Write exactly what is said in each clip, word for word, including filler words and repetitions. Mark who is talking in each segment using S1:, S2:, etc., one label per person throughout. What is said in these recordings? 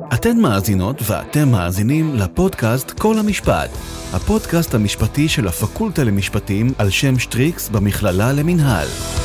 S1: אתן מאזינות ואתם מאזינים לפודקאסט כל המשפט, הפודקאסט המשפטי של הפקולטה למשפטים על שם שטריקס במכללה למינהל.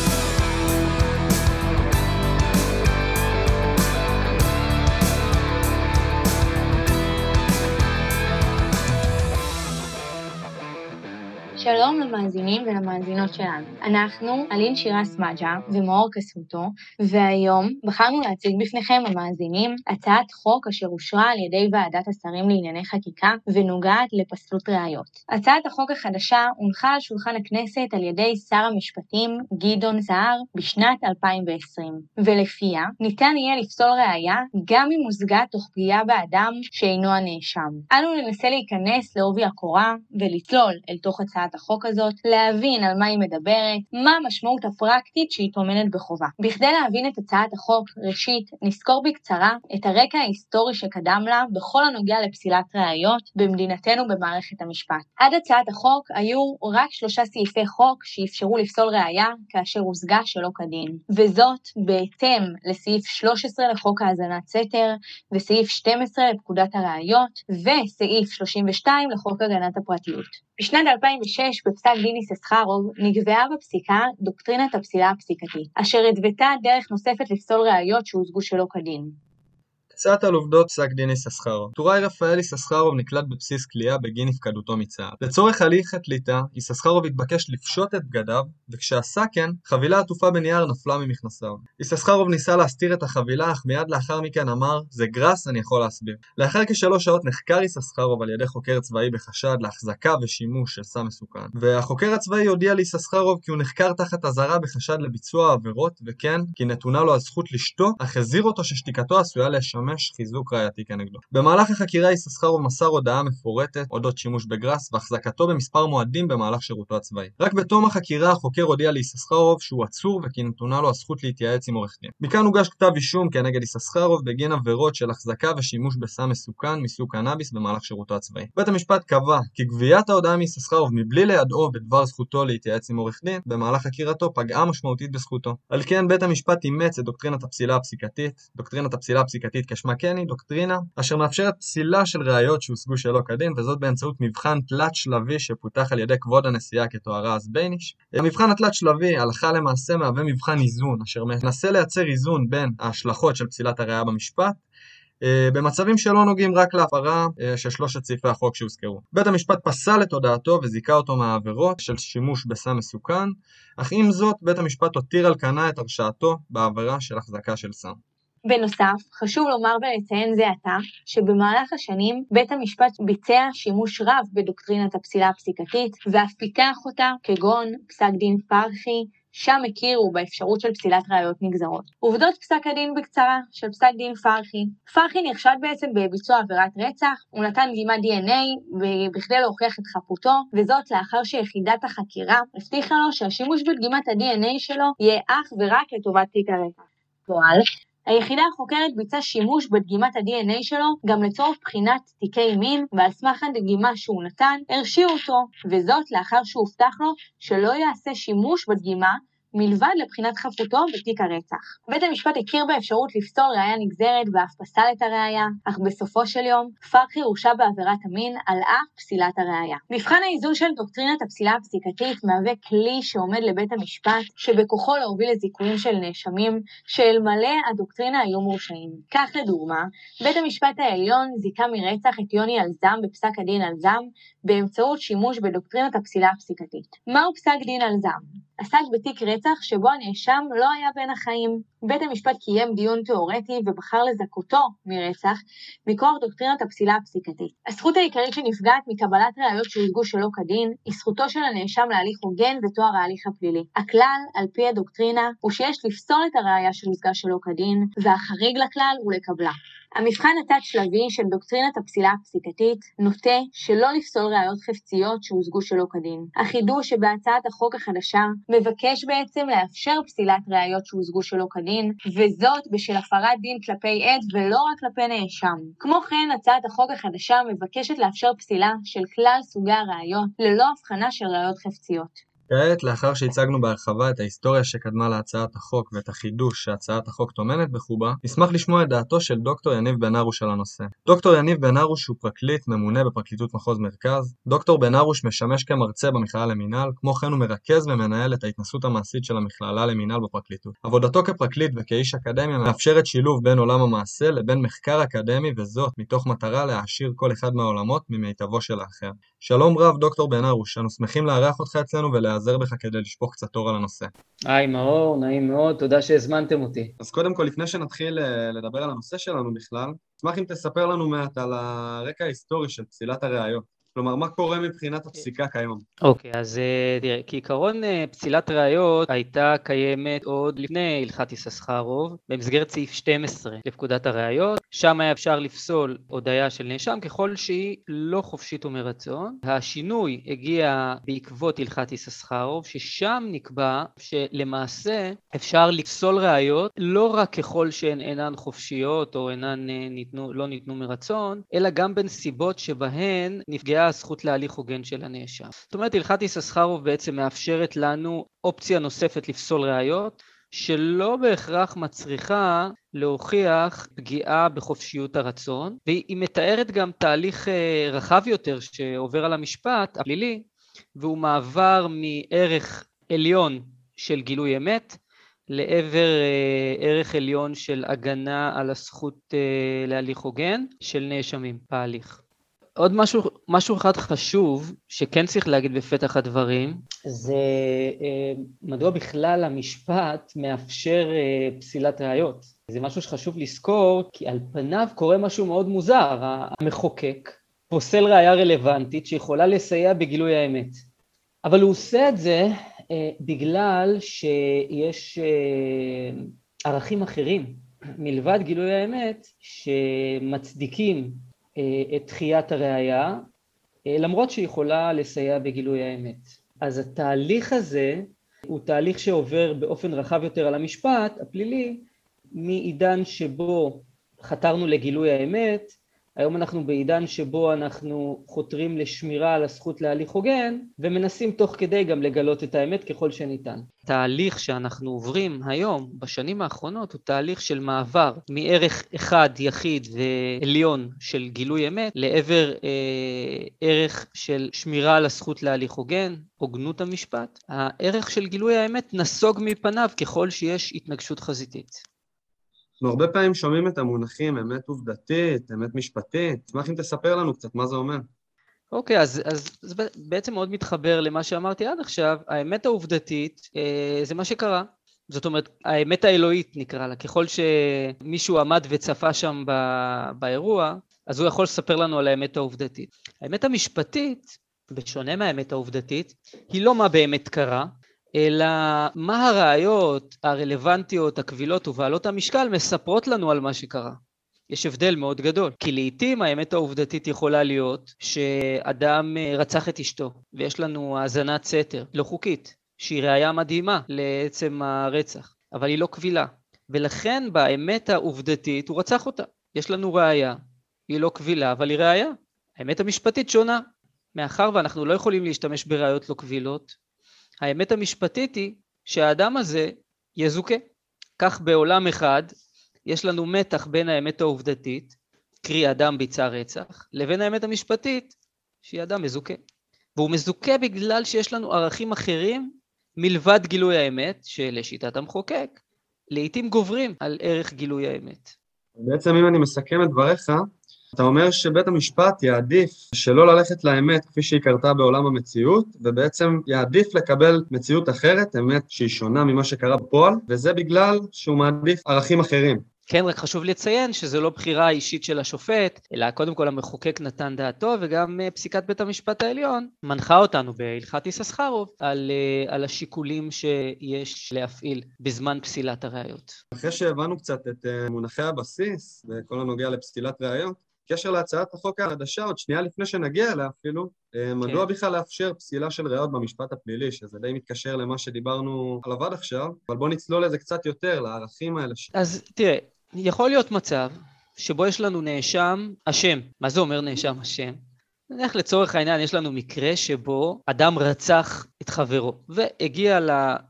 S2: שלום למאזינים ולמאזינות שלנו. אנחנו אלין שירס מג'ה ומאור קסוטו, והיום בחרנו להציג בפניכם המאזינים הצעת חוק אשר אושרה על ידי ועדת השרים לענייני חקיקה ונוגעת לפסלות ראיות. הצעת החוק החדשה הונחה על שולחן הכנסת על ידי שר המשפטים גדעון סער בשנת אלפיים ועשרים, ולפיה ניתן יהיה לפסול ראיה גם אם הושגה תוך פגיעה באדם שאינו הנאשם. אנו ננסה להיכנס לעובי הקורה ולצלול אל תוך הצעת החוק הזאת, להבין על מה היא מדברת, מה המשמעות הפרקטית שהיא טומנת בחובה. בכדי להבין את הצעת החוק, ראשית נזכור בקצרה את הרקע ההיסטורי שקדם לה בכל הנוגע לפסילת ראיות במדינתנו במערכת המשפט. עד הצעת החוק היו רק שלושה סעיפי חוק שאפשרו לפסול ראיה כאשר הושגה שלא כדין, וזאת בהתאם לסעיף שלוש עשרה לחוק האזנת סתר, וסעיף שתים עשרה לפקודת הראיות, וסעיף שלושים ושתיים לחוק הגנת הפרטיות. בשנת אלפיים ושש בפסק דין יששכרוב נקבעה בפסיקה דוקטרינת הפסילה הפסיקתית, אשר התוותה דרך נוספת לפסול ראיות שהושגו שלא כדין.
S3: קצת על עובדות פסק דין יששכרוב. טוראי רפאל יששכרוב נקלט בבסיס כליאה בגין הפקדותו מצה"ל. לצורך הליך הקליטה, יששכרוב התבקש לפשוט את בגדיו, וכשעשה כן, חבילה עטופה בנייר נפלה ממכנסיו. יששכרוב ניסה להסתיר את החבילה, אך מיד לאחר מכן אמר, זה גרס, אני יכול להסביר. לאחר כשלוש שעות נחקר יששכרוב על ידי חוקר צבאי בחשד להחזקה ושימוש של סם מסוכן. והחוקר הצבאי הודיע ליששכרוב כי הוא נחקר תחת אזהרה בחשד לביצוע עבירות, וכן, כי נתונה לו הזכות לשתוק, אך הזהיר אותו ששתיקתו עשויה לשמש חיזוק ראייתי כנגדו. במהלך החקירה יששכרוב מסר הודעה מפורטת אודות שימוש בגרס והחזקתו במספר מועדים במהלך שירותו הצבאי. רק בתום החקירה החוקר הודיע ליששכרוב שהוא עצור וכי נתונה לו הזכות להתייעץ עם עורך דין. מכאן הוגש כתב אישום כנגד יששכרוב בגין עבירות של החזקה ושימוש בסם מסוכן מסוג קנאביס במהלך שירותו הצבאי. בית המשפט קבע כי גביית ההודעה מיששכרוב מבלי לידעו בדבר זכותו להתייעץ עם עורך דין במהלך חקירתו פגעה משמעותית בזכותו. על כן בית המשפט אימץ את דוקטרינת הפסילה הפסיקתית. דוקטרינת הפסילה הפסיקתית כשמה כן היא דוקטרינה אשר מאפשרת פסילה של ראיות שהושגו שלא כדין, וזאת באמצעות מבחן תלת שלבי שפותח על ידי כבוד הנשיאה כתוארה אז בייניש. המבחן התלת שלבי הלכה למעשה מהווה מבחן איזון אשר מנסה לייצר איזון בין ההשלכות של פסילת הראיה במשפט במצבים שלא נוגעים רק להפרה של שלושת סעיפי החוק שהוזכרו. בית המשפט פסל את הודעתו וזיכה אותו מהעבירות של שימוש בסם מסוכן, אך עם זאת בית המשפט הותיר על כנה את הרשעתו בעבירה של החזקה של סם.
S2: בנוסף, חשוב לומר ולציין זה עתה, שבמהלך השנים בית המשפט ביצע שימוש רב בדוקטרינת הפסילה הפסיקתית, ואף פיתח אותה כגון פסק דין פרחי, שם הכירו באפשרות של פסילת ראיות נגזרות. עובדות פסק הדין בקצרה של פסק דין פרחי. פרחי נחשד בעצם בביצוע עבירת רצח, הוא נתן דגימת די אן איי בכדי להוכיח את חפותו, וזאת לאחר שיחידת החקירה הבטיחה לו שהשימוש בדגימת ה-די אן איי שלו יהיה אך ורק לטובת תיק הרצח. בפועל, היחידה החוקרת ביצעה שימוש בדגימת ה-די אן איי שלו גם לצורך בחינת תיקי מין, ועל סמך הדגימה שהוא נתן, הרשיעו אותו, וזאת לאחר שהובטח לו שלא יעשה שימוש בדגימה מלבד לבחינת חפותו בתיק הרצח. בית המשפט הכיר באפשרות לפסול ראיה נגזרת ואף פסל את הראיה, אך בסופו של יום פרחי הורשע בעבירת המין על אף פסילת הראיה. מבחן האיזון של דוקטרינת הפסילה הפסיקתית מהווה כלי שעומד לבית המשפט שבכוחו להוביל לזיכויים של נאשמים שאלמלא הדוקטרינה היו מורשעים. כך לדוגמה, בית המשפט העליון זיכה מרצח את יוני אלזם בפסק הדין אלזם באמצעות שימוש בדוקטרינת הפסילה הפסיקתית. מהו פסק דין אלזם? עסק בתיק רצח שבו הנאשם לא היה בין החיים. בית המשפט קיים דיון תיאורטי ובחר לזכותו מרצח מכוח דוקטרינת הפסילה הפסיקתית. הזכות העיקרית שנפגעת מקבלת ראיות שהושגו שלא כדין היא זכותו של הנאשם להליך הוגן ותואר ההליך הפלילי. הכלל על פי הדוקטרינה הוא שיש לפסול את הראיה שהושגה שלא כדין, והחריג לכלל הוא לקבלה. המבחן התת שלבי של דוקטרינת הפסילה הפסיקתית נוטה שלא לפסול ראיות חפציות שהושגו שלא כדין. החידוש שבהצעת החוק החדשה מבקש בעצם לאפשר פסילת ראיות שהושגו שלא כדין, וזאת בשל הפרת דין כלפי עד ולא רק כלפי נאשם. כמו כן, הצעת החוק החדשה מבקשת לאפשר פסילה של כלל סוגי הראיות ללא הבחנה של ראיות חפציות.
S3: כעת, לאחר שהצגנו בהרחבה את ההיסטוריה שקדמה להצעת החוק ואת החידוש שהצעת החוק טומנת בחובה, נשמח לשמוע את דעתו של דוקטור יניב בן הרוש על הנושא. דוקטור יניב בן הרוש הוא פרקליט ממונה בפרקליטות מחוז מרכז. דוקטור בן הרוש משמש כמרצה במכללה למינהל, כמו כן הוא מרכז ומנהל את ההתנסות המעשית של המכללה למינהל בפרקליטות. עבודתו כפרקליט וכאיש אקדמיה מאפשרת שילוב בין עולם המעשה לבין מחקר אקדמי, וזאת מתוך מטרה להעשיר כל אחד מהעולמות ממיטבו של האחר. שלום רב דוקטור בן הרוש, אנו שמחים לארח אותך אצלנו ולעזר בך כדי לשפוך קצת אור על הנושא.
S4: היי מאור, נעים מאוד, תודה שהזמנתם אותי.
S3: אז קודם כל, לפני שנתחיל לדבר על הנושא שלנו בכלל, אשמח אם תספר לנו מעט על הרקע ההיסטורי של פסילת הראיות. כלומר, מה קורה מבחינת הפסיקה כיום?
S4: אוקיי, אז תראה, כעיקרון פסילת ראיות הייתה קיימת עוד לפני הלכת יששכרוב, במסגרת סעיף שתים עשרה לפקודת הראיות, שם היה אפשר לפסול הודיה של נאשם ככל שהיא לא חופשית ומרצון. השינוי הגיע בעקבות הלכת יששכרוב, ששם נקבע שלמעשה אפשר לפסול ראיות לא רק ככל שהן אינן חופשיות או אינן ניתנו, לא ניתנו מרצון, אלא גם בנסיבות שבהן נפגעה הזכות להליך הוגן של הנאשם. זאת אומרת, הלכת יששכרוב בעצם מאפשרת לנו אופציה נוספת לפסול ראיות, שלא בהכרח מצריכה להוכיח פגיעה בחופשיות הרצון, והיא מתארת גם תהליך רחב יותר שעובר על המשפט הפלילי, והוא מעבר מערך עליון של גילוי אמת, לעבר ערך עליון של הגנה על הזכות להליך הוגן של נאשמים בהליך. עוד משהו, משהו אחד חשוב שכן צריך להגיד בפתח הדברים, זה מדוע בכלל המשפט מאפשר פסילת ראיות. זה משהו שחשוב לזכור, כי על פניו קורה משהו מאוד מוזר. המחוקק פוסל ראיה רלוונטית שיכולה לסייע בגילוי האמת. אבל הוא עושה את זה בגלל שיש ערכים אחרים, מלבד גילוי האמת, שמצדיקים את דחיית הראיה, למרות שהיא יכולה לסייע בגילוי האמת. אז התהליך הזה הוא תהליך שעובר באופן רחב יותר על המשפט הפלילי, מעידן שבו חתרנו לגילוי האמת, היום אנחנו בעידן שבו אנחנו חותרים לשמירה על הזכות להליך הוגן, ומנסים תוך כדי גם לגלות את האמת ככל שניתן. תהליך שאנחנו עוברים היום, בשנים האחרונות, הוא תהליך של מעבר מערך אחד יחיד ועליון של גילוי אמת, לעבר אה, ערך של שמירה על הזכות להליך הוגן, הוגנות המשפט. הערך של גילוי האמת נסוג מפניו ככל שיש התנגשות חזיתית.
S3: אנחנו הרבה פעמים שומעים את המונחים אמת עובדתית, אמת משפטית. אשמח אם תספר לנו קצת מה זה אומר.
S4: אוקיי, אז, אז זה בעצם מאוד מתחבר למה שאמרתי עד עכשיו. האמת העובדתית אה, זה מה שקרה. זאת אומרת, האמת האלוהית נקרא לה. ככל שמישהו עמד וצפה שם ב, באירוע, אז הוא יכול לספר לנו על האמת העובדתית. האמת המשפטית, בשונה מהאמת העובדתית, היא לא מה באמת קרה, אלא מה הראיות הרלוונטיות, הקבילות ובעלות המשקל מספרות לנו על מה שקרה. יש הבדל מאוד גדול, כי לעתים האמת העובדתית יכולה להיות שאדם רצח את אשתו, ויש לנו האזנת סתר לא חוקית, שהיא ראיה מדהימה לעצם הרצח, אבל היא לא קבילה. ולכן באמת העובדתית הוא רצח אותה. יש לנו ראיה, היא לא קבילה, אבל היא ראיה. האמת המשפטית שונה, מאחר ואנחנו לא יכולים להשתמש בראיות לא קבילות, האמת המשפטית היא שהאדם הזה יזוכה. כך בעולם אחד יש לנו מתח בין האמת העובדתית, קרי אדם ביצע רצח, לבין האמת המשפטית שהיא אדם מזוכה. והוא מזוכה בגלל שיש לנו ערכים אחרים מלבד גילוי האמת, שלשיטת המחוקק, לעתים גוברים על ערך גילוי האמת.
S3: בעצם אם אני מסכם את דבריך, אתה אומר שבית המשפט יעדיף שלא ללכת לאמת כפי שהיא קרתה בעולם המציאות, ובעצם יעדיף לקבל מציאות אחרת, אמת שהיא שונה ממה שקרה בפועל, וזה בגלל שהוא מעדיף ערכים אחרים.
S4: כן, רק חשוב לציין שזה לא בחירה אישית של השופט, אלא קודם כל המחוקק נתן דעתו, וגם פסיקת בית המשפט העליון מנחה אותנו בהלכת יששכרוב על, על השיקולים שיש להפעיל בזמן פסילת הראיות.
S3: אחרי שהבנו קצת את מונחי הבסיס, וכל הנוגע לפסילת ראיות, קשר להצעת החוק החדשה, עוד שנייה לפני שנגיע אליה אפילו, מדוע בכלל לאפשר פסילה של ראיות במשפט הפלילי, שזה די מתקשר למה שדיברנו עליו עד עכשיו, אבל בוא נצלול לזה קצת יותר, לערכים האלה.
S4: אז תראה, יכול להיות מצב שבו יש לנו נאשם אשם. מה זה אומר נאשם אשם? נניח לצורך העניין, יש לנו מקרה שבו אדם רצח את חברו, והגיע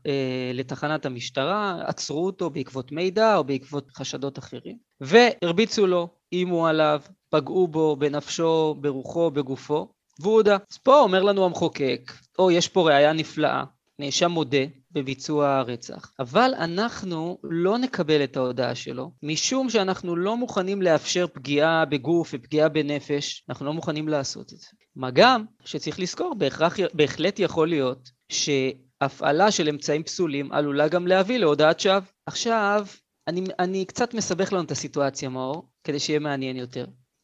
S4: לתחנת המשטרה, עצרו אותו בעקבות מידע או בעקבות חשדות אחרים, והרביצו לו, אימו עליו, פגעו בו, בנפשו, ברוחו, בגופו, והוא הודע. אז פה אומר לנו המחוקק, או יש פה ראיה נפלאה, נאשם מודה בביצוע הרצח, אבל אנחנו לא נקבל את ההודעה שלו, משום שאנחנו לא מוכנים לאפשר פגיעה בגוף ופגיעה בנפש, אנחנו לא מוכנים לעשות את זה. מה גם שצריך לזכור, בהכרח, בהחלט יכול להיות שהפעלה של אמצעים פסולים עלולה גם להביא להודעת שווא. עכשיו, אני, אני קצת מסבך לנו את הסיטואציה, מאור, כדי שיהיה מעניין יותר.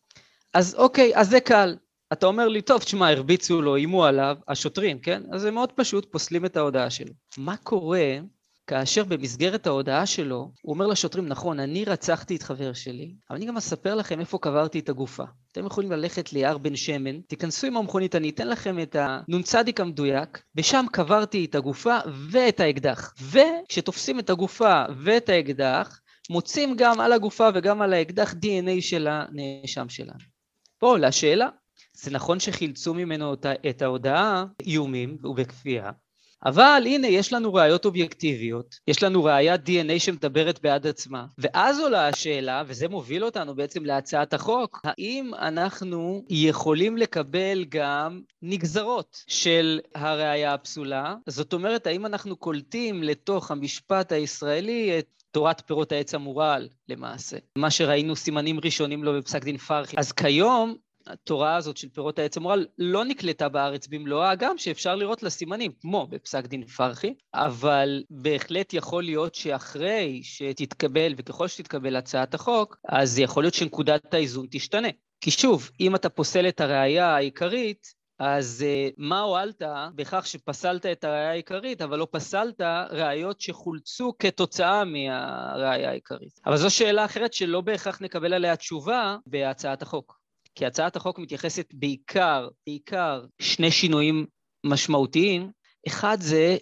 S4: אז אוקיי, אז זה קל. אתה אומר לי, טוב, תשמע, הרביצו לו, אימו עליו, השוטרים, כן? אז זה מאוד פשוט, פוסלים את ההודעה שלו. מה קורה כאשר במסגרת ההודעה שלו, הוא אומר לשוטרים, נכון, אני רצחתי את חבר שלי, אבל אני גם אספר לכם איפה קברתי את הגופה. אתם יכולים ללכת ליער בן שמן, תיכנסו עם המכונית, אני אתן לכם את הנונצדיק המדויק, ושם קברתי את הגופה ואת האקדח. וכשתופסים את הגופה ואת האקדח, מוצאים גם על הגופה וגם על האקדח די אן איי של הנאשם שלנו. פה, לשאלה, זה נכון שחילצו ממנו את ההודעה, איומים ובכפייה, אבל הנה יש לנו ראיות אובייקטיביות, יש לנו ראיית די אן איי שמדברת בעד עצמה, ואז עולה השאלה, וזה מוביל אותנו בעצם להצעת החוק, האם אנחנו יכולים לקבל גם נגזרות של הראייה הפסולה, זאת אומרת, האם אנחנו קולטים לתוך המשפט הישראלי את תורת פירות העץ המורעל למעשה, מה שראינו סימנים ראשונים לו בפסק דין פרחי. אז כיום, התורה הזאת של פירות העץ המורעל לא נקלטה בארץ במלואה, גם שאפשר לראות לה סימנים, כמו בפסק דין פרחי, אבל בהחלט יכול להיות שאחרי שתתקבל, וככל שתתקבל הצעת החוק, אז יכול להיות שנקודת האיזון תשתנה. כי שוב, אם אתה פוסל את הראייה העיקרית, אז uh, מה הועלת בכך שפסלת את הראייה העיקרית, אבל לא פסלת ראיות שחולצו כתוצאה מהראייה העיקרית. אבל זו שאלה אחרת שלא בהכרח נקבל עליה תשובה בהצעת החוק. כי הצעת החוק מתייחסת בעיקר, בעיקר שני שינויים משמעותיים. אחד זה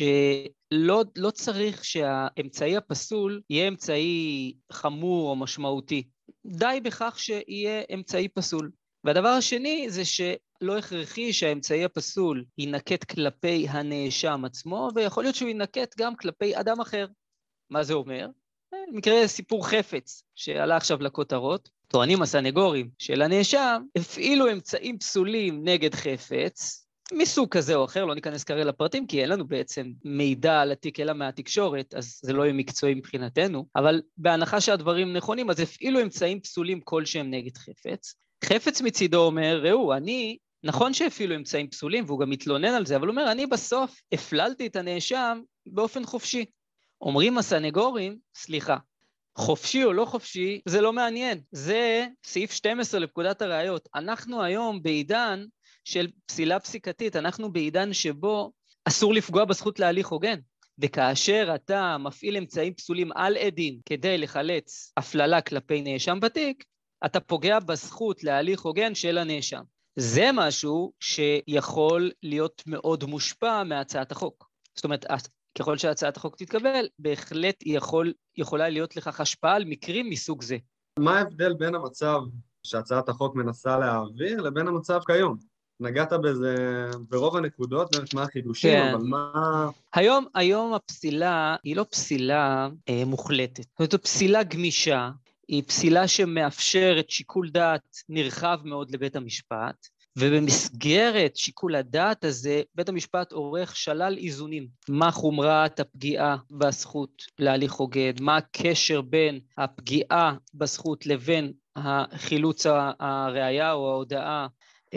S4: שלא לא צריך שהאמצעי הפסול יהיה אמצעי חמור או משמעותי. די בכך שיהיה אמצעי פסול. והדבר השני זה שלא הכרחי שהאמצעי הפסול ינקט כלפי הנאשם עצמו, ויכול להיות שהוא ינקט גם כלפי אדם אחר. מה זה אומר? במקרה סיפור חפץ שעלה עכשיו לכותרות, טוענים הסנגורים של הנאשם, הפעילו אמצעים פסולים נגד חפץ, מסוג כזה או אחר, לא ניכנס כרגע לפרטים, כי אין לנו בעצם מידע על התיק אלא מהתקשורת, אז זה לא יהיה מקצועי מבחינתנו, אבל בהנחה שהדברים נכונים, אז הפעילו אמצעים פסולים כלשהם נגד חפץ. חפץ מצידו אומר, ראו, אני, נכון שהפעילו אמצעים פסולים, והוא גם מתלונן על זה, אבל הוא אומר, אני בסוף הפללתי את הנאשם באופן חופשי. אומרים הסנגורים, סליחה, חופשי או לא חופשי, זה לא מעניין. זה סעיף שתים עשרה לפקודת הראיות. אנחנו היום בעידן של פסילה פסיקתית, אנחנו בעידן שבו אסור לפגוע בזכות להליך הוגן. וכאשר אתה מפעיל אמצעים פסולים על עדים כדי לחלץ הפללה כלפי נאשם בתיק, אתה פוגע בזכות להליך הוגן של הנאשם. זה משהו שיכול להיות מאוד מושפע מהצעת החוק. זאת אומרת, ככל שהצעת החוק תתקבל, בהחלט יכול, יכולה להיות לכך השפעה על מקרים מסוג זה.
S3: מה ההבדל בין המצב שהצעת החוק מנסה להעביר לבין המצב כיום? נגעת בזה ברוב הנקודות, באמת מה החידושים, כן. אבל מה...
S4: היום, היום הפסילה היא לא פסילה אה, מוחלטת. זאת אומרת, פסילה גמישה, היא פסילה שמאפשרת שיקול דעת נרחב מאוד לבית המשפט, ובמסגרת שיקול הדעת הזה, בית המשפט עורך שלל איזונים. מה חומרת הפגיעה בזכות להליך הוגן, מה הקשר בין הפגיעה בזכות לבין החילוץ הראייה או ההודעה.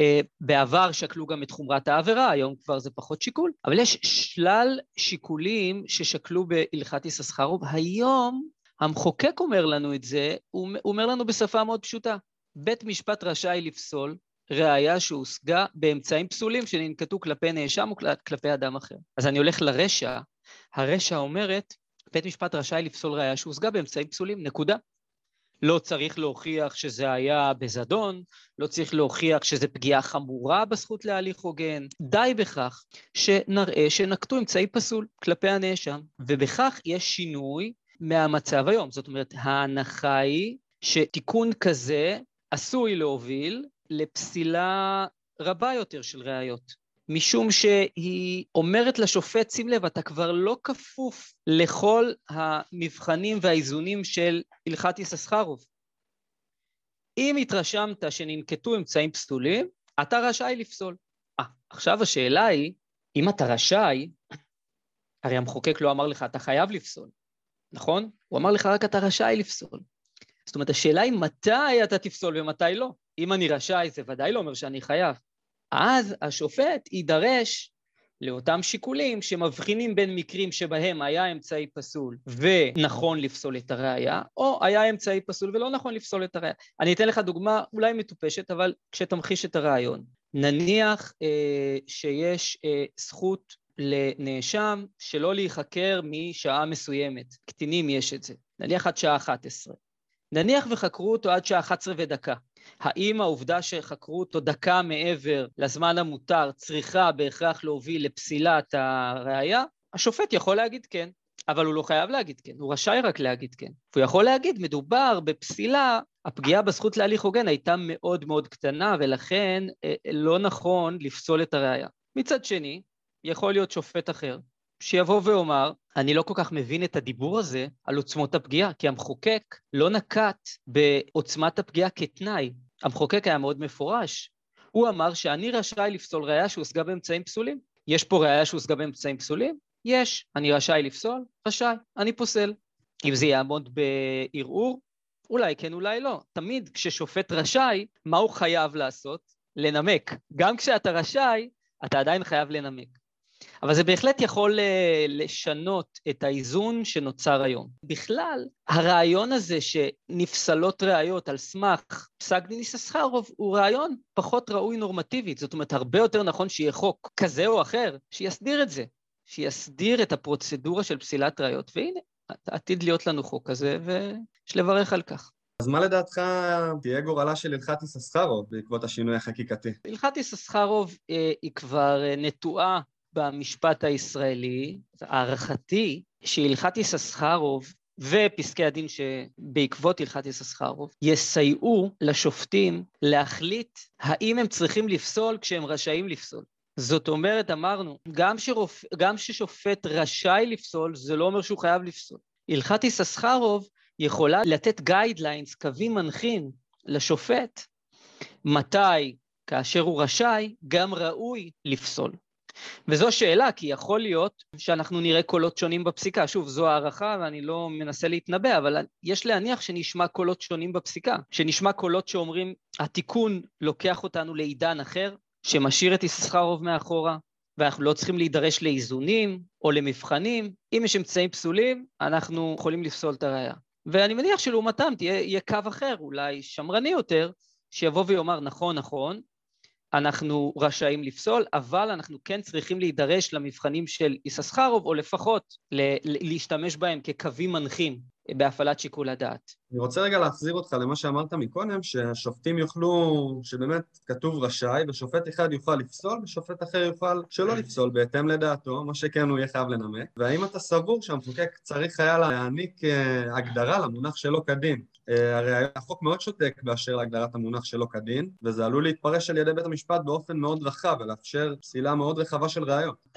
S4: בעבר שקלו גם את חומרת העבירה, היום כבר זה פחות שיקול, אבל יש שלל שיקולים ששקלו בהלכת יששכרוב. היום המחוקק אומר לנו את זה, הוא אומר לנו בשפה מאוד פשוטה. בית משפט רשאי לפסול ראיה שהושגה באמצעים פסולים שננקטו כלפי נאשם או כלפי אדם אחר. אז אני הולך לרשע, הרשע אומרת, בית משפט רשאי לפסול ראיה שהושגה באמצעים פסולים, נקודה. לא צריך להוכיח שזה היה בזדון, לא צריך להוכיח שזה פגיעה חמורה בזכות להליך הוגן, די בכך שנראה שנקטו אמצעי פסול כלפי הנאשם, ובכך יש שינוי מהמצב היום. זאת אומרת, ההנחה היא שתיקון כזה עשוי להוביל לפסילה רבה יותר של ראיות, משום שהיא אומרת לשופט, שים לב, אתה כבר לא כפוף לכל המבחנים והאיזונים של הלכת יששכרוב. אם התרשמת שננקטו אמצעים פסולים, אתה רשאי לפסול. 아, עכשיו השאלה היא, אם אתה רשאי, הרי המחוקק לא אמר לך, אתה חייב לפסול, נכון? הוא אמר לך רק אתה רשאי לפסול. זאת אומרת, השאלה היא מתי אתה תפסול ומתי לא. אם אני רשאי, זה ודאי לא אומר שאני חייב. אז השופט יידרש לאותם שיקולים שמבחינים בין מקרים שבהם היה אמצעי פסול ונכון לפסול את הראיה, או היה אמצעי פסול ולא נכון לפסול את הראיה. אני אתן לך דוגמה אולי מטופשת, אבל כשתמחיש את הרעיון. נניח אה, שיש אה, זכות לנאשם שלא להיחקר משעה מסוימת. קטינים יש את זה. נניח עד שעה אחת עשרה. נניח וחקרו אותו עד שעה אחת עשרה ודקה. האם העובדה שחקרו אותו דקה מעבר לזמן המותר צריכה בהכרח להוביל לפסילת הראיה? השופט יכול להגיד כן, אבל הוא לא חייב להגיד כן, הוא רשאי רק להגיד כן. הוא יכול להגיד, מדובר בפסילה, הפגיעה בזכות להליך הוגן הייתה מאוד מאוד קטנה, ולכן לא נכון לפסול את הראיה. מצד שני, יכול להיות שופט אחר, שיבוא ואומר, אני לא כל כך מבין את הדיבור הזה על עוצמות הפגיעה, כי המחוקק לא נקט בעוצמת הפגיעה כתנאי. המחוקק היה מאוד מפורש. הוא אמר שאני רשאי לפסול ראיה שהושגה באמצעים פסולים. יש פה ראיה שהושגה באמצעים פסולים? יש. אני רשאי לפסול? רשאי. אני פוסל. אם זה יעמוד בערעור, אולי כן, אולי לא. תמיד כששופט רשאי, מה הוא חייב לעשות? לנמק. גם כשאתה רשאי, אתה עדיין חייב לנמק. אבל זה בהחלט יכול לשנות את האיזון שנוצר היום. בכלל, הרעיון הזה שנפסלות ראיות על סמך פסק דין יששכרוב, הוא רעיון פחות ראוי נורמטיבית. זאת אומרת, הרבה יותר נכון שיהיה חוק כזה או אחר, שיסדיר את זה, שיסדיר את הפרוצדורה של פסילת ראיות. והנה, עתיד להיות לנו חוק כזה, ויש לברך על כך.
S3: אז מה לדעתך תהיה גורלה של הלכת יששכרוב בעקבות השינוי החקיקתי?
S4: הלכת יששכרוב אה, היא כבר אה, נטועה במשפט הישראלי. הערכתי שהלכת יששכרוב ופסקי הדין שבעקבות הלכת יששכרוב יסייעו לשופטים להחליט האם הם צריכים לפסול כשהם רשאים לפסול. זאת אומרת, אמרנו, גם, שרופ... גם ששופט רשאי לפסול, זה לא אומר שהוא חייב לפסול. הלכת יששכרוב יכולה לתת גיידליינס, קווים מנחים לשופט, מתי, כאשר הוא רשאי, גם ראוי לפסול. וזו שאלה, כי יכול להיות שאנחנו נראה קולות שונים בפסיקה. שוב, זו הערכה ואני לא מנסה להתנבא, אבל יש להניח שנשמע קולות שונים בפסיקה, שנשמע קולות שאומרים, התיקון לוקח אותנו לעידן אחר, שמשאיר את יששכרוב מאחורה, ואנחנו לא צריכים להידרש לאיזונים או למבחנים. אם יש אמצעים פסולים, אנחנו יכולים לפסול את הראיה. ואני מניח שלעומתם תהיה, יהיה קו אחר, אולי שמרני יותר, שיבוא ויאמר, נכון, נכון, אנחנו רשאים לפסול, אבל אנחנו כן צריכים להידרש למבחנים של יששכרוב, או לפחות להשתמש בהם כקווים מנחים בהפעלת שיקול הדעת.
S3: אני רוצה רגע להחזיר אותך למה שאמרת מקודם, שהשופטים יוכלו, שבאמת כתוב רשאי, ושופט אחד יוכל לפסול, ושופט אחר יוכל שלא לפסול, בהתאם לדעתו, מה שכן הוא יהיה חייב לנמק. והאם אתה סבור שהמחוקק צריך היה להעניק הגדרה למונח שלא כדין? הרי החוק מאוד שותק באשר להגדרת המונח שלא כדין, וזה עלול להתפרש על ידי בית המשפט באופן מאוד רחב, ולאפשר פסילה מאוד רחבה של ראיות.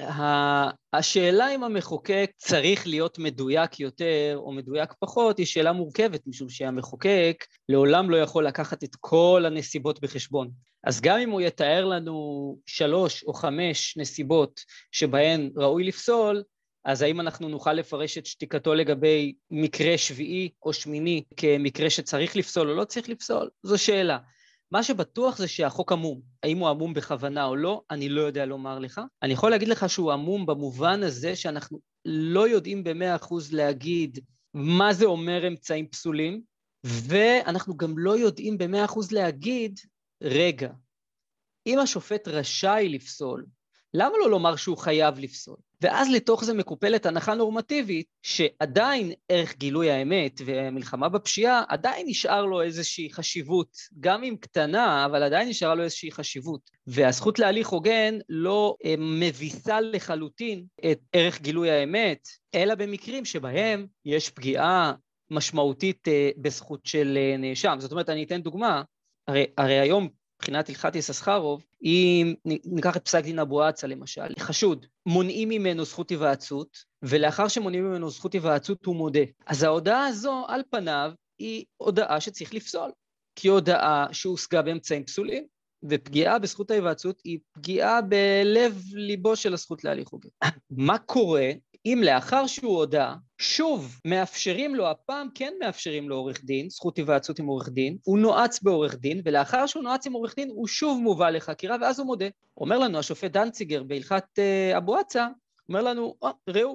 S4: השאלה אם המחוקק צריך להיות מדויק יותר או מדויק פחות, היא שאלה מורכבת, משום שהמחוקק לעולם לא יכול לקחת את כל הנסיבות בחשבון. אז גם אם הוא יתאר לנו שלוש או חמש נסיבות שבהן ראוי לפסול, אז האם אנחנו נוכל לפרש את שתיקתו לגבי מקרה שביעי או שמיני כמקרה שצריך לפסול או לא צריך לפסול? זו שאלה. מה שבטוח זה שהחוק עמום. האם הוא עמום בכוונה או לא, אני לא יודע לומר לך. אני יכול להגיד לך שהוא עמום במובן הזה שאנחנו לא יודעים במאה אחוז להגיד מה זה אומר אמצעים פסולים, ואנחנו גם לא יודעים במאה אחוז להגיד, רגע, אם השופט רשאי לפסול, למה לא לומר שהוא חייב לפסול? ואז לתוך זה מקופלת הנחה נורמטיבית, שעדיין ערך גילוי האמת ומלחמה בפשיעה, עדיין נשאר לו איזושהי חשיבות, גם אם קטנה, אבל עדיין נשארה לו איזושהי חשיבות. והזכות להליך הוגן לא מביסה לחלוטין את ערך גילוי האמת, אלא במקרים שבהם יש פגיעה משמעותית בזכות של נאשם. זאת אומרת, אני אתן דוגמה, הרי, הרי היום מבחינת הלכת יששכרוב, אם ניקח את פסק דין אבואצה למשל, חשוד, מונעים ממנו זכות היוועצות, ולאחר שמונעים ממנו זכות היוועצות הוא מודה. אז ההודעה הזו על פניו היא הודעה שצריך לפסול, כי הודעה שהושגה באמצעים פסולים, ופגיעה בזכות ההיוועצות היא פגיעה בלב ליבו של הזכות להליך הוגן. מה קורה אם לאחר שהוא הודע, שוב מאפשרים לו, הפעם כן מאפשרים לו עורך דין, זכות היוועצות עם עורך דין, הוא נועץ בעורך דין, ולאחר שהוא נועץ עם עורך דין, הוא שוב מובא לחקירה, ואז הוא מודה. אומר לנו השופט דנציגר בהלכת uh, אבואצה, אומר לנו, oh, ראו,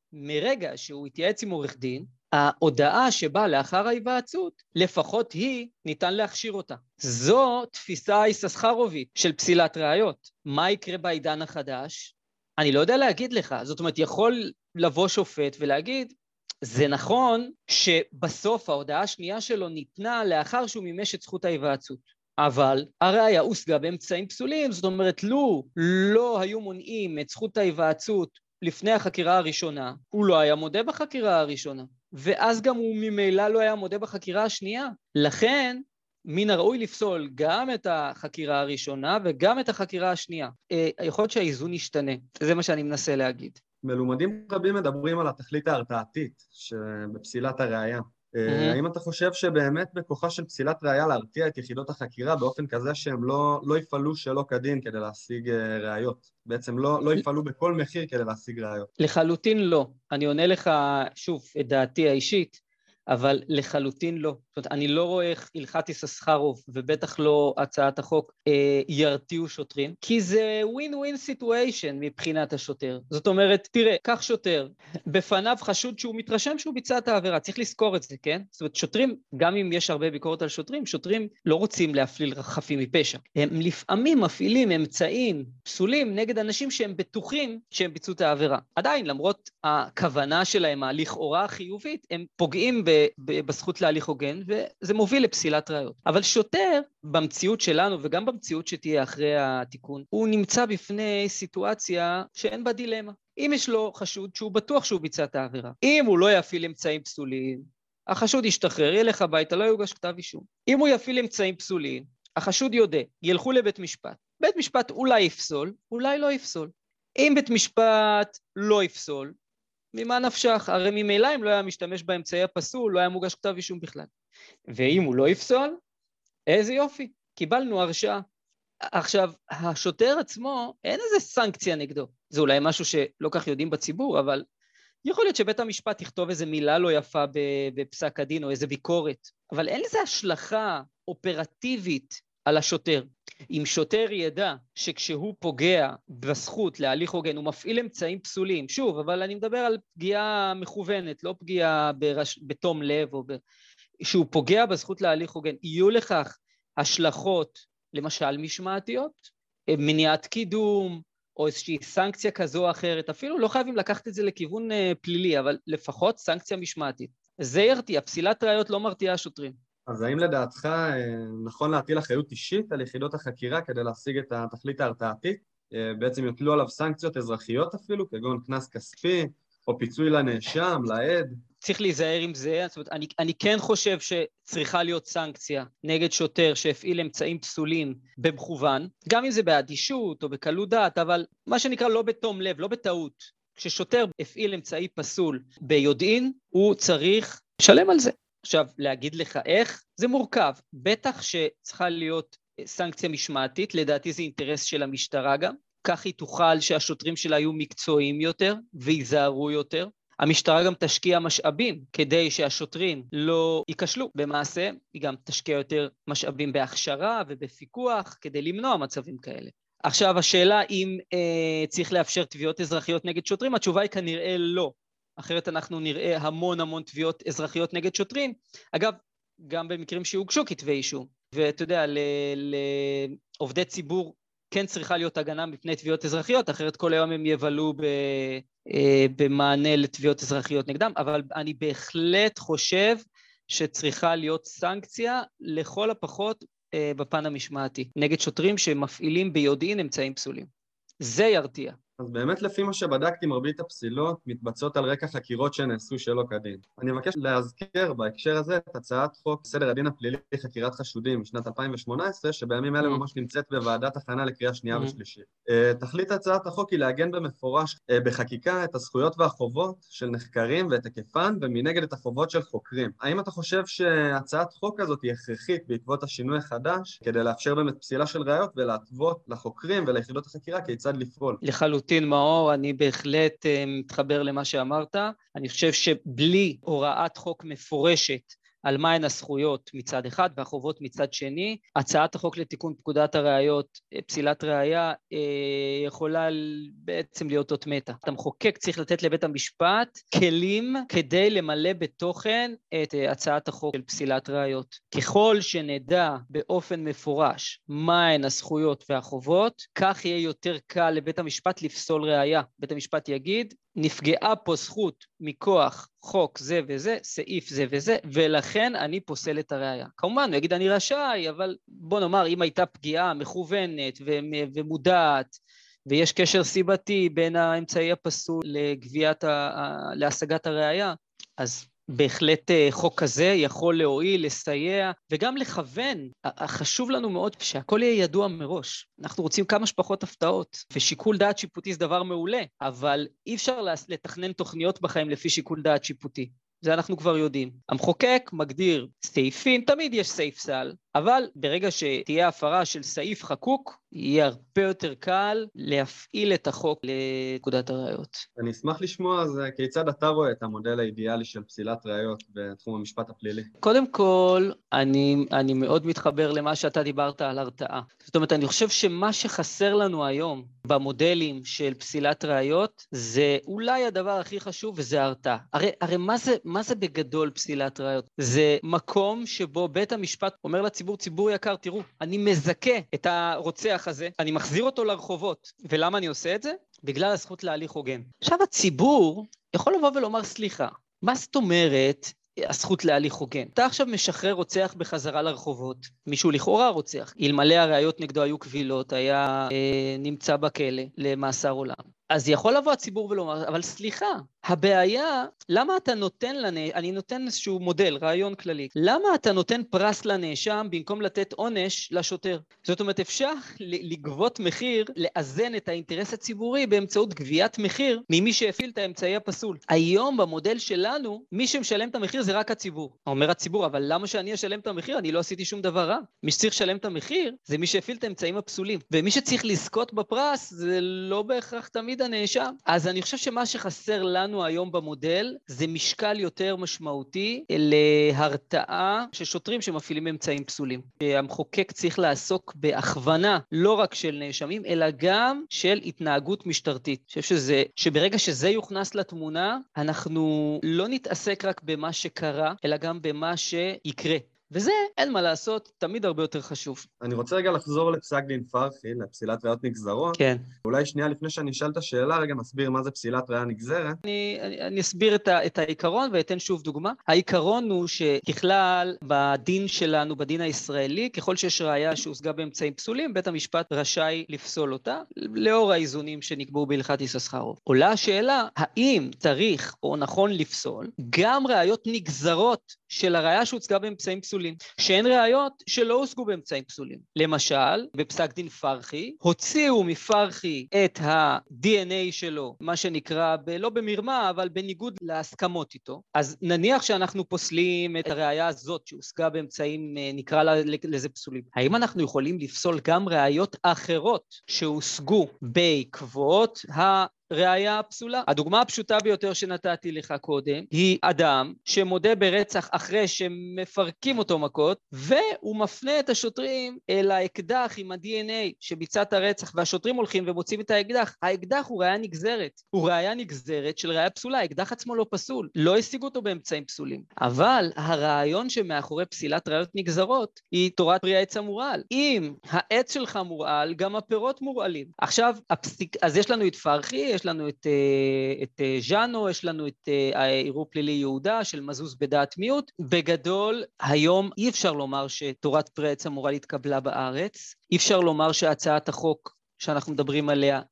S4: מרגע שהוא התייעץ עם עורך דין, ההודעה שבאה לאחר ההיוועצות, לפחות היא, ניתן להכשיר אותה. זו תפיסה יששכרובית של פסילת ראיות. מה יקרה בעידן החדש? אני לא יודע להגיד לך. זאת אומרת, יכול לבוא שופט ולהגיד, זה נכון שבסוף ההודעה השנייה שלו ניתנה לאחר שהוא מימש את זכות ההיוועצות. אבל הראיה הושגה באמצעים פסולים, זאת אומרת, לו לא היו מונעים את זכות ההיוועצות לפני החקירה הראשונה, הוא לא היה מודה בחקירה הראשונה. ואז גם הוא ממילא לא היה מודה בחקירה השנייה. לכן, מן הראוי לפסול גם את החקירה הראשונה וגם את החקירה השנייה. יכול להיות שהאיזון ישתנה, זה מה שאני מנסה להגיד.
S3: מלומדים רבים מדברים על התכלית ההרתעתית שבפסילת הראיה. האם אתה חושב שבאמת בכוחה של פסילת ראיה להרתיע את יחידות החקירה באופן כזה שהם לא, לא יפעלו שלא כדין כדי להשיג ראיות? בעצם לא, לא יפעלו בכל מחיר כדי להשיג ראיות.
S4: לחלוטין לא. אני עונה לך שוב את דעתי האישית, אבל לחלוטין לא. זאת אומרת, אני לא רואה איך הלכת יששכרוב, ובטח לא הצעת החוק, אה, ירתיעו שוטרים, כי זה win-win situation מבחינת השוטר. זאת אומרת, תראה, כך שוטר, בפניו חשוד שהוא מתרשם שהוא ביצע את העבירה, צריך לזכור את זה, כן? זאת אומרת, שוטרים, גם אם יש הרבה ביקורת על שוטרים, שוטרים לא רוצים להפליל חפים מפשע. הם לפעמים מפעילים אמצעים פסולים נגד אנשים שהם בטוחים שהם ביצעו את העבירה. עדיין, למרות הכוונה שלהם, הלכאורה החיובית, הם פוגעים ב בזכות להליך הוגן, וזה מוביל לפסילת ראיות. אבל שוטר, במציאות שלנו, וגם במציאות שתהיה אחרי התיקון, הוא נמצא בפני סיטואציה שאין בה דילמה. אם יש לו חשוד שהוא בטוח שהוא ביצע את העבירה, אם הוא לא יפעיל אמצעים פסולים, החשוד ישתחרר, ילך הביתה, לא יוגש כתב אישום. אם הוא יפעיל אמצעים פסולים, החשוד יודע, ילכו לבית משפט. בית משפט אולי יפסול, אולי לא יפסול. אם בית משפט לא יפסול, ממה נפשך? הרי ממילא אם לא היה משתמש באמצעי הפסול, לא היה מוגש כתב אישום בכלל. ואם הוא לא יפסול, איזה יופי, קיבלנו הרשעה. עכשיו, השוטר עצמו, אין איזה סנקציה נגדו. זה אולי משהו שלא כך יודעים בציבור, אבל יכול להיות שבית המשפט יכתוב איזה מילה לא יפה בפסק הדין, או איזה ביקורת. אבל אין לזה השלכה אופרטיבית על השוטר. אם שוטר ידע שכשהוא פוגע בזכות להליך הוגן, הוא מפעיל אמצעים פסולים, שוב, אבל אני מדבר על פגיעה מכוונת, לא פגיעה ברש... בתום לב, או ב... שהוא פוגע בזכות להליך הוגן, יהיו לכך השלכות, למשל משמעתיות, מניעת קידום, או איזושהי סנקציה כזו או אחרת, אפילו לא חייבים לקחת את זה לכיוון פלילי, אבל לפחות סנקציה משמעתית. זה ירתיע, פסילת ראיות לא מרתיעה שוטרים.
S3: אז האם לדעתך נכון להטיל אחריות אישית על יחידות החקירה כדי להשיג את התכלית ההרתעתית? בעצם יוטלו עליו סנקציות אזרחיות אפילו, כגון קנס כספי, או פיצוי לנאשם, לעד?
S4: צריך להיזהר עם זה, זאת אומרת, אני, אני כן חושב שצריכה להיות סנקציה נגד שוטר שהפעיל אמצעים פסולים במכוון, גם אם זה באדישות או בקלות דעת, אבל מה שנקרא לא בתום לב, לא בטעות. כששוטר הפעיל אמצעי פסול ביודעין, הוא צריך לשלם על זה. עכשיו, להגיד לך איך, זה מורכב. בטח שצריכה להיות סנקציה משמעתית, לדעתי זה אינטרס של המשטרה גם, כך היא תוכל שהשוטרים שלה יהיו מקצועיים יותר ויזהרו יותר. המשטרה גם תשקיע משאבים כדי שהשוטרים לא ייכשלו במעשה, היא גם תשקיע יותר משאבים בהכשרה ובפיקוח כדי למנוע מצבים כאלה. עכשיו, השאלה אם אה, צריך לאפשר תביעות אזרחיות נגד שוטרים, התשובה היא כנראה לא. אחרת אנחנו נראה המון המון תביעות אזרחיות נגד שוטרים. אגב, גם במקרים שהוגשו כתבי אישום. ואתה יודע, לעובדי ציבור כן צריכה להיות הגנה מפני תביעות אזרחיות, אחרת כל היום הם יבלו ב, במענה לתביעות אזרחיות נגדם, אבל אני בהחלט חושב שצריכה להיות סנקציה לכל הפחות בפן המשמעתי, נגד שוטרים שמפעילים ביודעין אמצעים פסולים. זה ירתיע.
S3: אז באמת לפי מה שבדקתי, מרבית הפסילות מתבצעות על רקע חקירות שנעשו שלא כדין. אני מבקש להזכיר בהקשר הזה את הצעת חוק סדר הדין הפלילי חקירת חשודים משנת אלפיים ושמונה עשרה, שבימים אלה ממש נמצאת בוועדת הכנה לקריאה שנייה ושלישית. תכלית הצעת החוק היא לעגן במפורש בחקיקה את הזכויות והחובות של נחקרים ואת היקפן, ומנגד את החובות של חוקרים. האם אתה חושב שהצעת חוק הזאת היא הכרחית בעקבות השינוי החדש, כדי לאפשר באמת פסילה של ראיות ולהתוות לחוקרים וליחידות החקירה כיצד לפעול?
S4: לחלוטין מאור, אני בהחלט מתחבר למה שאמרת. אני חושב שבלי הוראת חוק מפורשת על מהן הזכויות מצד אחד והחובות מצד שני, הצעת החוק לתיקון פקודת הראיות, פסילת ראיה, יכולה בעצם להיות אות מתה. המחוקק צריך לתת לבית המשפט כלים כדי למלא בתוכן את הצעת החוק של פסילת ראיות. ככל שנדע באופן מפורש מהן הזכויות והחובות, כך יהיה יותר קל לבית המשפט לפסול ראיה. בית המשפט יגיד, נפגעה פה זכות מכוח חוק זה וזה, סעיף זה וזה, ולכן אני פוסל את הראיה. כמובן, הוא יגיד אני רשאי, אבל בוא נאמר, אם הייתה פגיעה מכוונת ומודעת, ויש קשר סיבתי בין האמצעי הפסול לגביית, להשגת הראיה, אז בהחלט חוק כזה יכול להועיל, לסייע, וגם לכוון. חשוב לנו מאוד שהכל יהיה ידוע מראש. אנחנו רוצים כמה שפחות הפתעות, ושיקול דעת שיפוטי זה דבר מעולה, אבל אי אפשר לתכנן תוכניות בחיים לפי שיקול דעת שיפוטי. זה אנחנו כבר יודעים. המחוקק מגדיר סעיפים, תמיד יש סעיף סל, אבל ברגע שתהיה הפרה של סעיף חקוק, יהיה הרבה יותר קל להפעיל את החוק לפקודת הראיות.
S3: אני אשמח לשמוע אז כיצד אתה רואה את המודל האידיאלי של פסילת ראיות בתחום המשפט הפלילי.
S4: קודם כל, אני, אני מאוד מתחבר למה שאתה דיברת על הרתעה. זאת אומרת, אני חושב שמה שחסר לנו היום במודלים של פסילת ראיות, זה אולי הדבר הכי חשוב, וזה הרתעה. הרי, הרי מה זה, מה זה בגדול פסילת ראיות? זה מקום שבו בית המשפט אומר לציבור, ציבור יקר, תראו, אני מזכה את הרוצח הזה, אני מחזיר אותו לרחובות. ולמה אני עושה את זה? בגלל הזכות להליך הוגן. עכשיו הציבור יכול לבוא ולומר סליחה. מה זאת אומרת הזכות להליך הוגן? אתה עכשיו משחרר רוצח בחזרה לרחובות, מישהו לכאורה רוצח. אלמלא הראיות נגדו היו קבילות, היה אה, נמצא בכלא למאסר עולם. אז יכול לבוא הציבור ולומר, אבל סליחה, הבעיה, למה אתה נותן לנאשם, אני נותן איזשהו מודל, רעיון כללי, למה אתה נותן פרס לנאשם במקום לתת עונש לשוטר? זאת אומרת, אפשר לגבות מחיר, לאזן את האינטרס הציבורי באמצעות גביית מחיר ממי שהפעיל את האמצעי הפסול. היום במודל שלנו, מי שמשלם את המחיר זה רק הציבור. אומר הציבור, אבל למה שאני אשלם את המחיר? אני לא עשיתי שום דבר רע. מי שצריך לשלם את המחיר זה מי שהפעיל את האמצעים הפסולים. ומי שצריך לזכות בפרס זה לא בהכרח תמיד הנאשם. אז אני חושב שמה שחסר לנו היום במודל זה משקל יותר משמעותי להרתעה של שוטרים שמפעילים אמצעים פסולים. המחוקק צריך לעסוק בהכוונה לא רק של נאשמים, אלא גם של התנהגות משטרתית. אני חושב שזה, שברגע שזה יוכנס לתמונה, אנחנו לא נתעסק רק במה שקרה, אלא גם במה שיקרה. וזה, אין מה לעשות, תמיד הרבה יותר חשוב.
S3: אני רוצה רגע לחזור לפסק דין פרחי, לפסילת ראיות נגזרות.
S4: כן.
S3: אולי שנייה לפני שאני אשאל את השאלה, רגע נסביר מה זה פסילת ראיה נגזרת.
S4: אני, אני, אני אסביר את, ה, את העיקרון ואתן שוב דוגמה. העיקרון הוא שככלל בדין שלנו, בדין הישראלי, ככל שיש ראיה שהושגה באמצעים פסולים, בית המשפט רשאי לפסול אותה, לאור האיזונים שנקבעו בהלכת יששכרוב. עולה השאלה, האם צריך או נכון לפסול גם ראיות נגזרות של הראיה שהוצגה באמצעים פסולים, שהן ראיות שלא הושגו באמצעים פסולים. למשל, בפסק דין פרחי, הוציאו מפרחי את ה-די אן איי שלו, מה שנקרא, ב- לא במרמה, אבל בניגוד להסכמות איתו. אז נניח שאנחנו פוסלים את הראיה הזאת שהושגה באמצעים, נקרא לזה פסולים. האם אנחנו יכולים לפסול גם ראיות אחרות שהושגו בעקבות ה... ראיה פסולה? הדוגמה הפשוטה ביותר שנתתי לך קודם, היא אדם שמודה ברצח אחרי שמפרקים אותו מכות, והוא מפנה את השוטרים אל האקדח עם ה-די אן איי שביצע את הרצח, והשוטרים הולכים ומוצאים את האקדח. האקדח הוא ראיה נגזרת. הוא ראיה נגזרת של ראיה פסולה. האקדח עצמו לא פסול. לא השיגו אותו באמצעים פסולים. אבל הרעיון שמאחורי פסילת ראיות נגזרות היא תורת פרי העץ המורעל. אם העץ שלך מורעל, גם הפירות מורעלים. עכשיו, הפסיק... אז יש לנו את פרחי, יש לנו את, את ז'אנו, יש לנו את הערעור פלילי יהודה של מזוז בדעת מיעוט. בגדול, היום אי אפשר לומר שתורת פרי העץ המורעל התקבלה בארץ. אי אפשר לומר שהצעת החוק שאנחנו מדברים עליה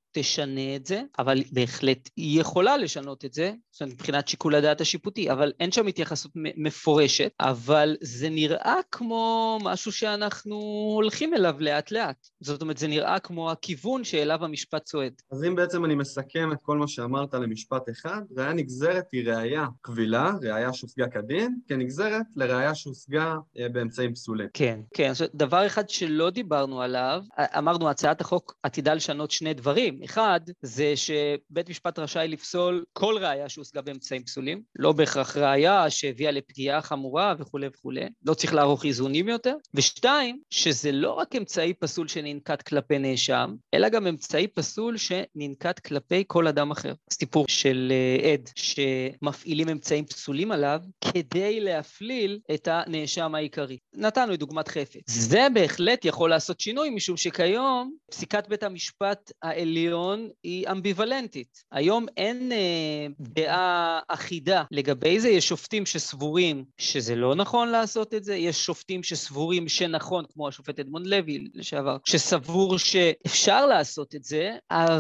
S4: תשנה את זה, אבל בהחלט היא יכולה לשנות את זה, זאת אומרת, מבחינת שיקול הדעת השיפוטי, אבל אין שם התייחסות מפורשת, אבל זה נראה כמו משהו שאנחנו הולכים אליו לאט לאט. זאת אומרת, זה נראה כמו הכיוון שאליו המשפט צועד.
S3: אז אם בעצם אני מסכם את כל מה שאמרת למשפט אחד, ראיה נגזרת היא ראיה קבילה, ראיה שהושגה כדין, כנגזרת לראיה שהושגה באמצעים פסולים.
S4: כן, כן. דבר אחד שלא דיברנו עליו, אמרנו, הצעת החוק עתידה לשנות שני דברים. אחד, זה שבית משפט רשאי לפסול כל ראיה שהושגה באמצעים פסולים, לא בהכרח ראיה שהביאה לפגיעה חמורה וכו' וכו'. לא צריך לערוך איזונים יותר. ושתיים, שזה לא רק אמצעי פסול שננקט כלפי נאשם, אלא גם אמצעי פסול שננקט כלפי כל אדם אחר. סיפור של עד שמפעילים אמצעים פסולים עליו כדי להפליל את הנאשם העיקרי. נתנו את דוגמת חפץ. זה בהחלט יכול לעשות שינוי, משום שכיום פסיקת בית המשפט העליון היא אמביוולנטית. היום אין אה, דעה אחידה לגבי זה, יש שופטים שסבורים שזה לא נכון לעשות את זה, יש שופטים שסבורים שנכון, כמו השופט אדמונד לוי לשעבר, שסבור שאפשר לעשות את זה,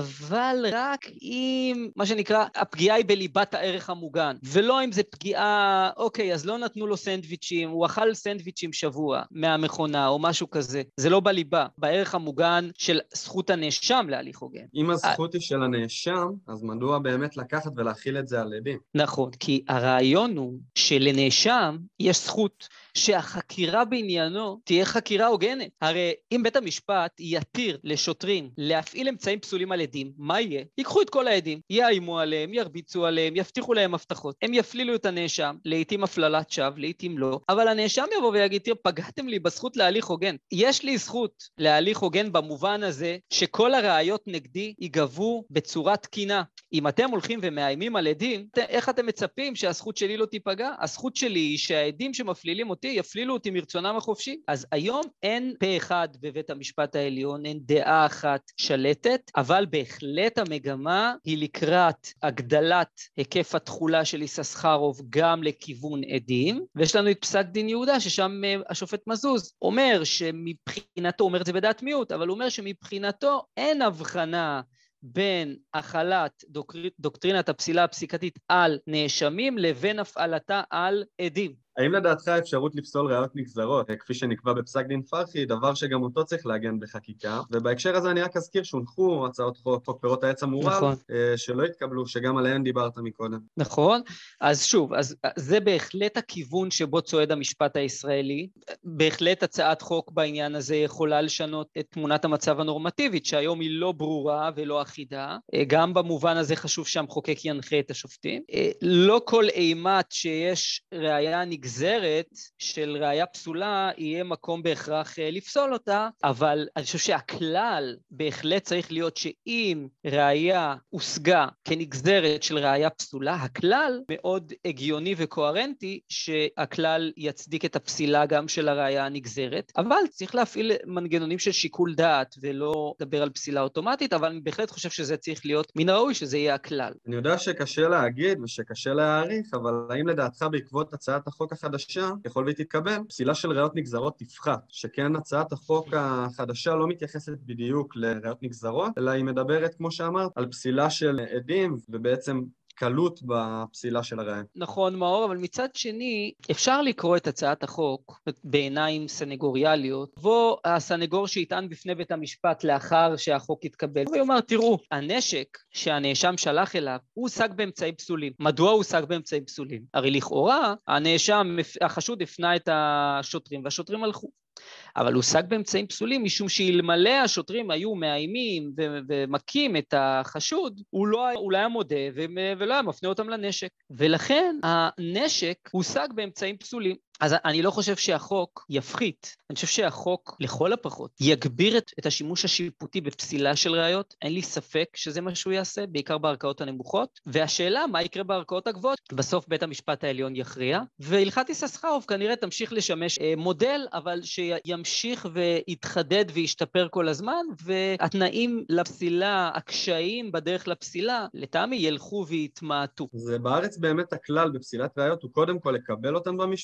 S4: אבל רק אם, מה שנקרא, הפגיעה היא בליבת הערך המוגן, ולא אם זה פגיעה, אוקיי, אז לא נתנו לו סנדוויצ'ים, הוא אכל סנדוויצ'ים שבוע מהמכונה או משהו כזה, זה לא בליבה, בערך המוגן של זכות הנאשם להליך הוגן.
S3: אם הזכות היא של הנאשם, אז מדוע באמת לקחת ולהכיל את זה על עדים?
S4: נכון, כי הרעיון הוא שלנאשם יש זכות שהחקירה בעניינו תהיה חקירה הוגנת. הרי אם בית המשפט יתיר לשוטרים להפעיל אמצעים פסולים על עדים, מה יהיה? ייקחו את כל העדים, יאיימו עליהם, ירביצו עליהם, יבטיחו להם הבטחות. הם יפלילו את הנאשם, לעתים הפללת שווא, לעתים לא, אבל הנאשם יבוא ויגיד, תראה, פגעתם לי בזכות להליך הוגן. יש לי זכות להליך הוגן במובן הזה שכל הראיות נגדי ייגבו בצורה תקינה. אם אתם הולכים ומאיימים על עדים, איך אתם מצפים שהזכות שלי לא תיפגע? הזכות שלי היא שהעדים שמפלילים אותי יפלילו אותי מרצונם החופשי. אז היום אין פה אחד בבית המשפט העליון, אין דעה אחת שלטת, אבל בהחלט המגמה היא לקראת הגדלת היקף התחולה של יששכרוב גם לכיוון עדים, ויש לנו את פסק דין יהודה ששם השופט מזוז אומר שמבחינתו, אומר את זה בדעת מיעוט, אבל הוא אומר שמבחינתו אין הבחנה בין החלת דוקטר... דוקטרינת הפסילה הפסיקתית על נאשמים לבין הפעלתה על עדים.
S3: האם לדעתך האפשרות לפסול ראיות נגזרות, כפי שנקבע בפסק דין פרחי, דבר שגם אותו צריך לעגן בחקיקה, ובהקשר הזה אני רק אזכיר שהונחו הצעות חוק, חוק פירות העץ המורעל, נכון. שלא התקבלו, שגם עליהן דיברת מקודם.
S4: נכון, אז שוב, אז זה בהחלט הכיוון שבו צועד המשפט הישראלי, בהחלט הצעת חוק בעניין הזה יכולה לשנות את תמונת המצב הנורמטיבית, שהיום היא לא ברורה ולא אחידה, גם במובן הזה חשוב שהמחוקק ינחה את השופטים, לא כל אימת שיש ראיה נגזרת, גזרת של ראיה פסולה יהיה מקום בהכרח לפסול אותה, אבל אני חושב שהכלל בהחלט צריך להיות שאם ראיה הושגה כנגזרת של ראיה פסולה, הכלל מאוד הגיוני וקוהרנטי שהכלל יצדיק את הפסילה גם של הראיה הנגזרת, אבל צריך להפעיל מנגנונים של שיקול דעת ולא לדבר על פסילה אוטומטית, אבל אני בהחלט חושב שזה צריך להיות מן הראוי שזה יהיה הכלל.
S3: אני יודע שקשה להגיד ושקשה להעריך, אבל האם לדעתך בעקבות הצעת החוק החדשה, ככל והיא תתקבל, פסילה של ראיות נגזרות תפחת, שכן הצעת החוק החדשה לא מתייחסת בדיוק לראיות נגזרות, אלא היא מדברת, כמו שאמרת, על פסילה של עדים, ובעצם קלות בפסילה של הראיה.
S4: נכון מאור, אבל מצד שני, אפשר לקרוא את הצעת החוק בעיניים סנגוריאליות, בו הסנגור שיטען בפני בית המשפט לאחר שהחוק יתקבל, הוא יאמר, תראו, הנשק שהנאשם שלח אליו, הוא הושג באמצעים פסולים. מדוע הוא הושג באמצעים פסולים? הרי לכאורה, הנאשם, החשוד הפנה את השוטרים, והשוטרים הלכו. אבל הוא הושג באמצעים פסולים, משום שאלמלא השוטרים היו מאיימים ו- ומקים את החשוד, הוא לא, הוא לא היה מודה ו- ולא היה מפנה אותם לנשק. ולכן הנשק הושג באמצעים פסולים. אז אני לא חושב שהחוק יפחית, אני חושב שהחוק לכל הפחות יגביר את, את השימוש השיפוטי בפסילה של ראיות, אין לי ספק שזה מה שהוא יעשה, בעיקר בערכאות הנמוכות, והשאלה מה יקרה בערכאות הגבוהות, בסוף בית המשפט העליון יכריע, והלכת יששכרוב כנראה תמשיך לשמש אה, מודל, אבל שימשיך ויתחדד וישתפר כל הזמן, והתנאים לפסילה, הקשיים בדרך לפסילה, לטעמי ילכו ויתמעטו.
S3: זה בארץ באמת הכלל בפסילת ראיות, הוא קודם כל לקבל אותם במשפט,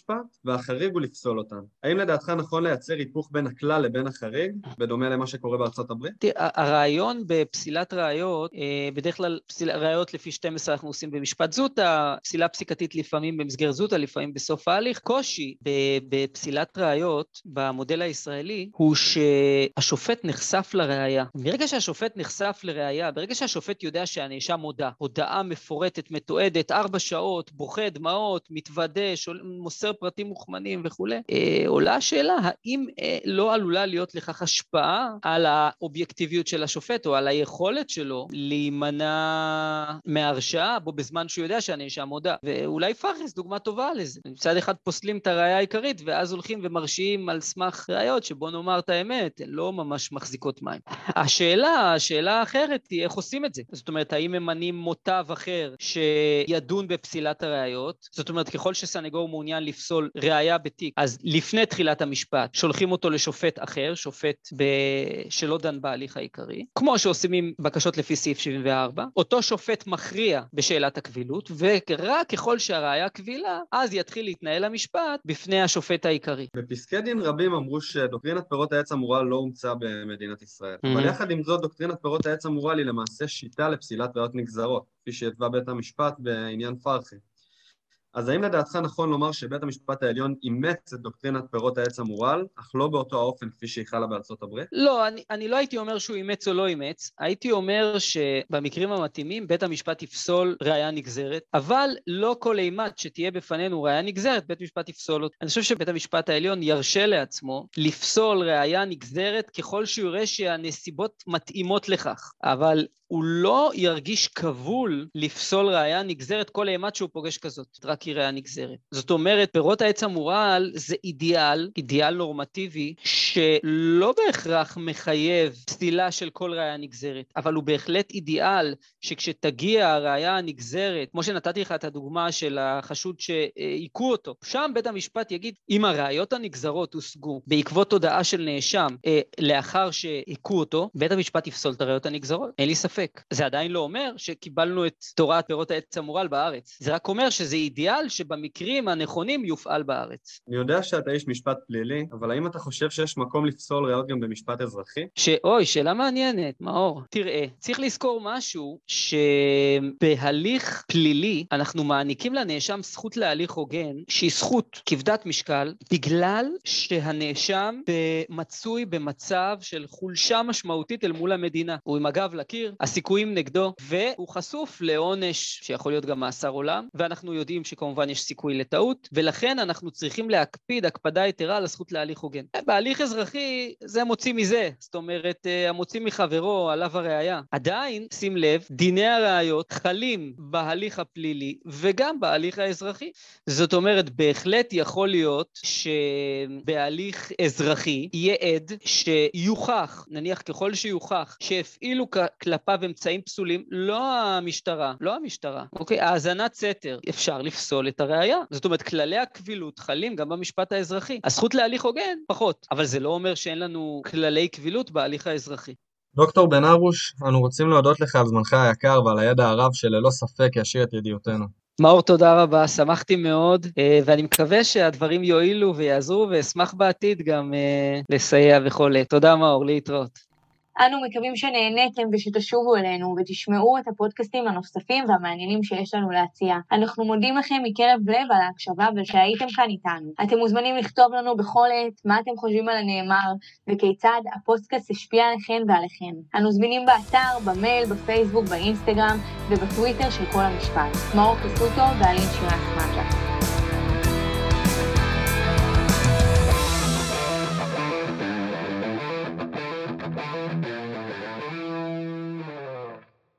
S3: והחריג הוא לפסול אותן. האם לדעתך נכון לייצר היפוך בין הכלל לבין החריג, בדומה למה שקורה בארצות הברית?
S4: הרעיון בפסילת ראיות, בדרך כלל פסיל, ראיות לפי שתים עשרה אנחנו עושים במשפט זוטה, פסילה פסיקתית לפעמים במסגרת זוטה, לפעמים בסוף ההליך. קושי בפסילת ראיות במודל הישראלי הוא שהשופט נחשף לראיה. ברגע שהשופט נחשף לראיה, ברגע שהשופט יודע שהנאשם מודע, הודעה מפורטת, מתועדת, ארבע שעות, בוכה דמעות, מתוודה, שול, מוסר פרטים מוכמנים וכו', אה, עולה השאלה, האם אה, לא עלולה להיות לכך השפעה על האובייקטיביות של השופט, או על היכולת שלו להימנע מהרשעה, בו בזמן שהוא יודע שהנאשם מודע. ואולי פרחס דוגמה טובה לזה. מצד אחד פוסלים את הראיה העיקרית, ואז הולכים ומרשיעים על סמך ראיות, שבוא נאמר את האמת, הן לא ממש מחזיקות מים. השאלה, השאלה האחרת היא איך עושים את זה. זאת אומרת, האם ממנים מוטב אחר שידון בפסילת הראיות? זאת אומרת, ככל שסנגור מעוניין לפסול ראיה בתיק, אז לפני תחילת המשפט, שולחים אותו לשופט אחר, שופט ב... שלא דן בהליך העיקרי, כמו שעושים עם בקשות לפי סעיף שבעים וארבע, אותו שופט מכריע בשאלת הקבילות, ורק ככל שהראיה קבילה, אז יתחיל להתנהל המשפט בפני השופט העיקרי.
S3: בפסקי דין רבים אמרו שדוקטרינת פירות העץ המורל לא הומצאה במדינת ישראל. Mm-hmm. אבל יחד עם זאת, דוקטרינת פירות העץ המורל היא למעשה שיטה לפסילת ראיות נגזרות, כפי שהתווה בית המשפט בעניין פרחי. אז האם לדעתך נכון לומר שבית המשפט העליון אימץ את דוקטרינת פירות העץ המורל, אך לא באותו האופן כפי שהיא חלה בארצות הברית?
S4: לא, אני, אני לא הייתי אומר שהוא אימץ או לא אימץ, הייתי אומר שבמקרים המתאימים בית המשפט יפסול ראיה נגזרת, אבל לא כל אימת שתהיה בפנינו ראיה נגזרת, בית המשפט יפסול אותה. אני חושב שבית המשפט העליון ירשה לעצמו לפסול ראיה נגזרת ככל שהוא יראה שהנסיבות מתאימות לכך, אבל הוא לא ירגיש כבול לפסול ראיה נגזרת כל אימת שהוא פוגש כזאת, רק היא ראיה נגזרת. זאת אומרת, פירות העץ המורל זה אידיאל, אידיאל נורמטיבי, שלא בהכרח מחייב פסילה של כל ראיה נגזרת, אבל הוא בהחלט אידיאל שכשתגיע הראיה הנגזרת, כמו שנתתי לך את הדוגמה של החשוד שעיקו אותו, שם בית המשפט יגיד, אם הראיות הנגזרות הושגו בעקבות הודעה של נאשם לאחר שעיקו אותו, בית המשפט יפסול את הראיות הנגזרות. אין לי ספק. זה עדיין לא אומר שקיבלנו את תורת פירות העץ המורל בארץ. זה רק אומר שזה אידיאל שבמקרים הנכונים יופעל בארץ.
S3: אני יודע שאתה איש משפט פלילי, אבל האם אתה חושב שיש מקום לפסול ראיות גם במשפט אזרחי?
S4: שאוי, שאלה מעניינת, מאור. תראה, צריך לזכור משהו שבהליך פלילי אנחנו מעניקים לנאשם זכות להליך הוגן, שהיא זכות כבדת משקל, בגלל שהנאשם מצוי במצב של חולשה משמעותית אל מול המדינה. הוא עם הגב לקיר, הסיכויים נגדו, והוא חשוף לעונש שיכול להיות גם מאסר עולם, ואנחנו יודעים שכמובן יש סיכוי לטעות, ולכן אנחנו צריכים להקפיד הקפדה יתרה על הזכות להליך הוגן. בהליך אזרחי זה מוציא מזה, זאת אומרת, המוציא מחברו עליו הראיה. עדיין, שים לב, דיני הראיות חלים בהליך הפלילי וגם בהליך האזרחי. זאת אומרת, בהחלט יכול להיות שבהליך אזרחי יהיה עד שיוכח, נניח ככל שיוכח, שהפעילו כלפיו אמצעים פסולים, לא המשטרה, לא המשטרה. אוקיי, האזנת סתר, אפשר לפסול את הראיה. זאת אומרת, כללי הקבילות חלים גם במשפט האזרחי. הזכות להליך הוגן, פחות. אבל זה לא אומר שאין לנו כללי קבילות בהליך האזרחי.
S3: דוקטור בן ארוש, אנו רוצים להודות לך על זמנך היקר ועל הידע הרב שללא ספק ישיר את ידיעותינו.
S4: מאור, תודה רבה, שמחתי מאוד, ואני מקווה שהדברים יועילו ויעזרו, ואשמח בעתיד גם לסייע וכל. תודה מאור, להתראות.
S2: אנו מקווים שנהניתם ושתשובו אלינו ותשמעו את הפודקאסטים הנוספים והמעניינים שיש לנו להציע. אנחנו מודים לכם מקרב לב על ההקשבה ושהייתם כאן איתנו. אתם מוזמנים לכתוב לנו בכל עת מה אתם חושבים על הנאמר וכיצד הפודקאסט השפיע עליכם ועליכם. אנו זמינים באתר, במייל, בפייסבוק, באינסטגרם ובטוויטר של כל המשפט. מאור קסוטו ואלין שירס מאג'ה.